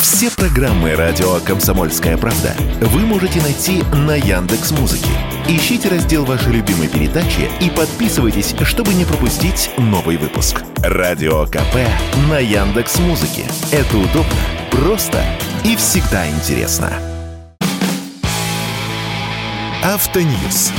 Все программы радио «Комсомольская правда» вы можете найти на Яндекс.Музыке. Ищите раздел вашей любимой передачи и подписывайтесь, чтобы не пропустить новый выпуск. Радио КП на Яндекс.Музыке. Это удобно, просто и всегда интересно. Автоньюз.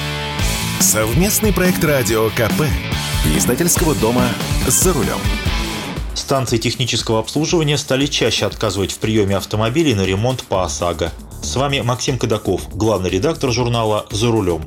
Совместный проект радио КП и издательского дома «За рулем». Станции технического обслуживания стали чаще отказывать в приеме автомобилей на ремонт по ОСАГО. С вами Максим Кадаков, главный редактор журнала «За рулем».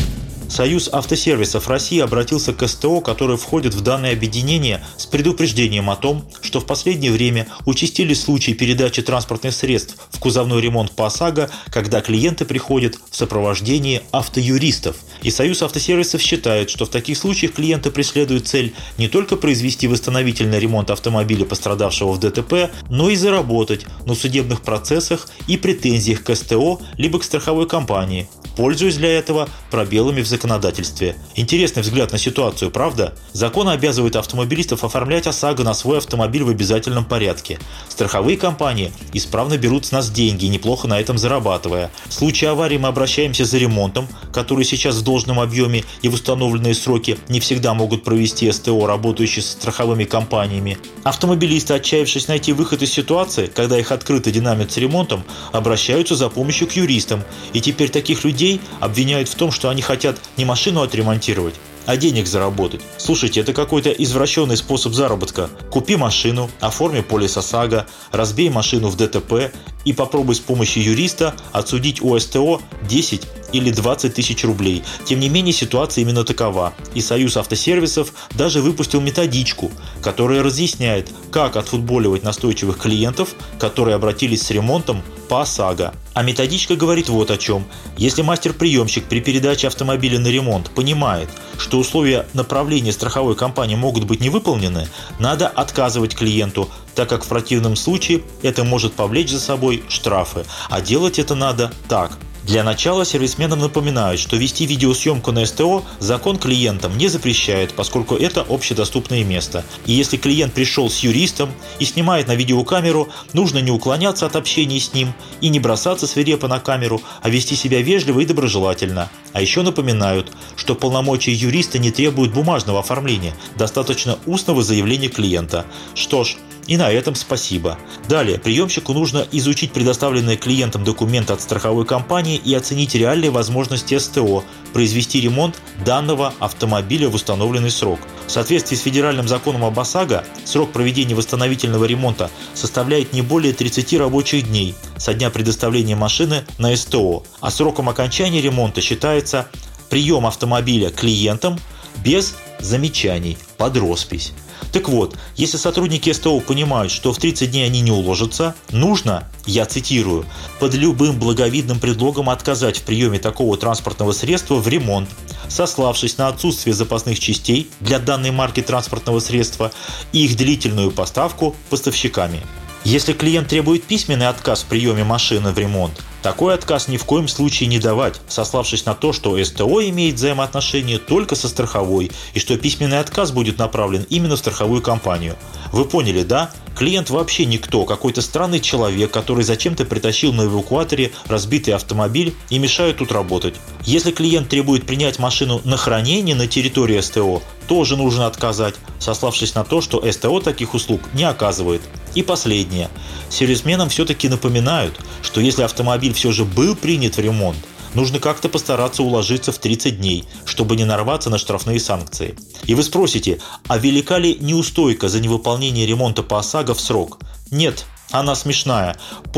Союз автосервисов России обратился к СТО, которые входят в данное объединение, с предупреждением о том, что в последнее время участились случаи передачи транспортных средств в кузовной ремонт по ОСАГО, когда клиенты приходят в сопровождении автоюристов. И Союз автосервисов считает, что в таких случаях клиенты преследуют цель не только произвести восстановительный ремонт автомобиля, пострадавшего в ДТП, но и заработать на судебных процессах и претензиях к СТО либо к страховой компании, пользуясь для этого пробелами в законодательстве. Интересный взгляд на ситуацию, правда? Закон обязывает автомобилистов оформлять ОСАГО на свой автомобиль в обязательном порядке. Страховые компании исправно берут с нас деньги, неплохо на этом зарабатывая. В случае аварии мы обращаемся за ремонтом, который сейчас в должном объеме и в установленные сроки не всегда могут провести СТО, работающие со страховыми компаниями. Автомобилисты, отчаявшись найти выход из ситуации, когда их открыто динамят с ремонтом, обращаются за помощью к юристам. И теперь таких людей обвиняют в том, что они хотят не машину отремонтировать, а денег заработать. Слушайте, это какой-то извращенный способ заработка. Купи машину, оформи полис ОСАГО, разбей машину в ДТП и попробуй с помощью юриста отсудить у СТО 10 или 20 тысяч рублей. Тем не менее, ситуация именно такова. И Союз автосервисов даже выпустил методичку, которая разъясняет, как отфутболивать настойчивых клиентов, которые обратились с ремонтом по ОСАГО. А методичка говорит вот о чем. Если мастер-приемщик при передаче автомобиля на ремонт понимает, что условия направления страховой компании могут быть не выполнены, надо отказывать клиенту, так как в противном случае это может повлечь за собой штрафы. А делать это надо так. Для начала сервисменам напоминают, что вести видеосъемку на СТО закон клиентам не запрещает, поскольку это общедоступное место. И если клиент пришел с юристом и снимает на видеокамеру, нужно не уклоняться от общения с ним и не бросаться свирепо на камеру, а вести себя вежливо и доброжелательно. А еще напоминают, что полномочия юриста не требуют бумажного оформления, достаточно устного заявления клиента. Что ж, и на этом спасибо. Далее, приемщику нужно изучить предоставленные клиентам документы от страховой компании и оценить реальные возможности СТО произвести ремонт данного автомобиля в установленный срок. В соответствии с федеральным законом об ОСАГО, срок проведения восстановительного ремонта составляет не более 30 рабочих дней со дня предоставления машины на СТО, а сроком окончания ремонта считается прием автомобиля клиентам без замечаний под роспись. Так вот, если сотрудники СТО понимают, что в 30 дней они не уложатся, нужно, я цитирую, под любым благовидным предлогом отказать в приеме такого транспортного средства в ремонт, сославшись на отсутствие запасных частей для данной марки транспортного средства и их длительную поставку поставщиками. Если клиент требует письменный отказ в приеме машины в ремонт, такой отказ ни в коем случае не давать, сославшись на то, что СТО имеет взаимоотношения только со страховой и что письменный отказ будет направлен именно в страховую компанию. Вы поняли, да? Клиент вообще никто, какой-то странный человек, который зачем-то притащил на эвакуаторе разбитый автомобиль и мешает тут работать. Если клиент требует принять машину на хранение на территории СТО, тоже нужно отказать, сославшись на то, что СТО таких услуг не оказывает. И последнее. Сервисменам все-таки напоминают, что если автомобиль все же был принят в ремонт, нужно как-то постараться уложиться в 30 дней, чтобы не нарваться на штрафные санкции. И вы спросите, а велика ли неустойка за невыполнение ремонта по ОСАГО в срок? Нет. Она смешная.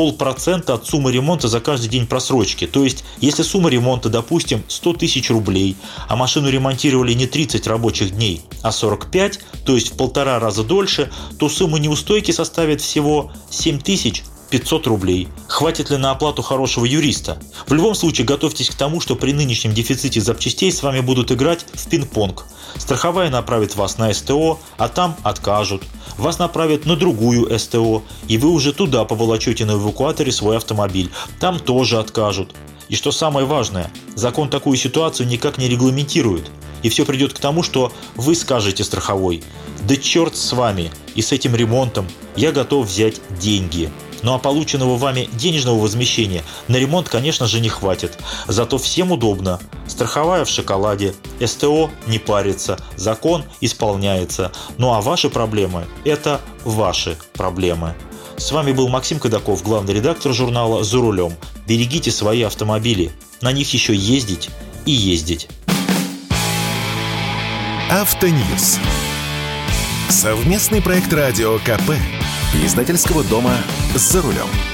0,5% от суммы ремонта за каждый день просрочки. То есть, если сумма ремонта, допустим, 100 тысяч рублей, а машину ремонтировали не 30 рабочих дней, а 45, то есть в 1,5 раза дольше, то сумма неустойки составит всего 7500 рублей. Хватит ли на оплату хорошего юриста? В любом случае, готовьтесь к тому, что при нынешнем дефиците запчастей с вами будут играть в пинг-понг. Страховая направит вас на СТО, а там откажут. Вас направят на другую СТО, и вы уже туда поволочете на эвакуаторе свой автомобиль. Там тоже откажут. И что самое важное, закон такую ситуацию никак не регламентирует. И все придет к тому, что вы скажете страховой: да черт с вами и с этим ремонтом, я готов взять деньги. Ну а полученного вами денежного возмещения на ремонт, конечно же, не хватит. Зато всем удобно. Страховая в шоколаде, СТО не парится, закон исполняется. Ну а ваши проблемы – это ваши проблемы. С вами был Максим Кадаков, главный редактор журнала «За рулем». Берегите свои автомобили. На них еще ездить и ездить. Автоньюз. Совместный проект радио КП. Издательского дома «За рулем».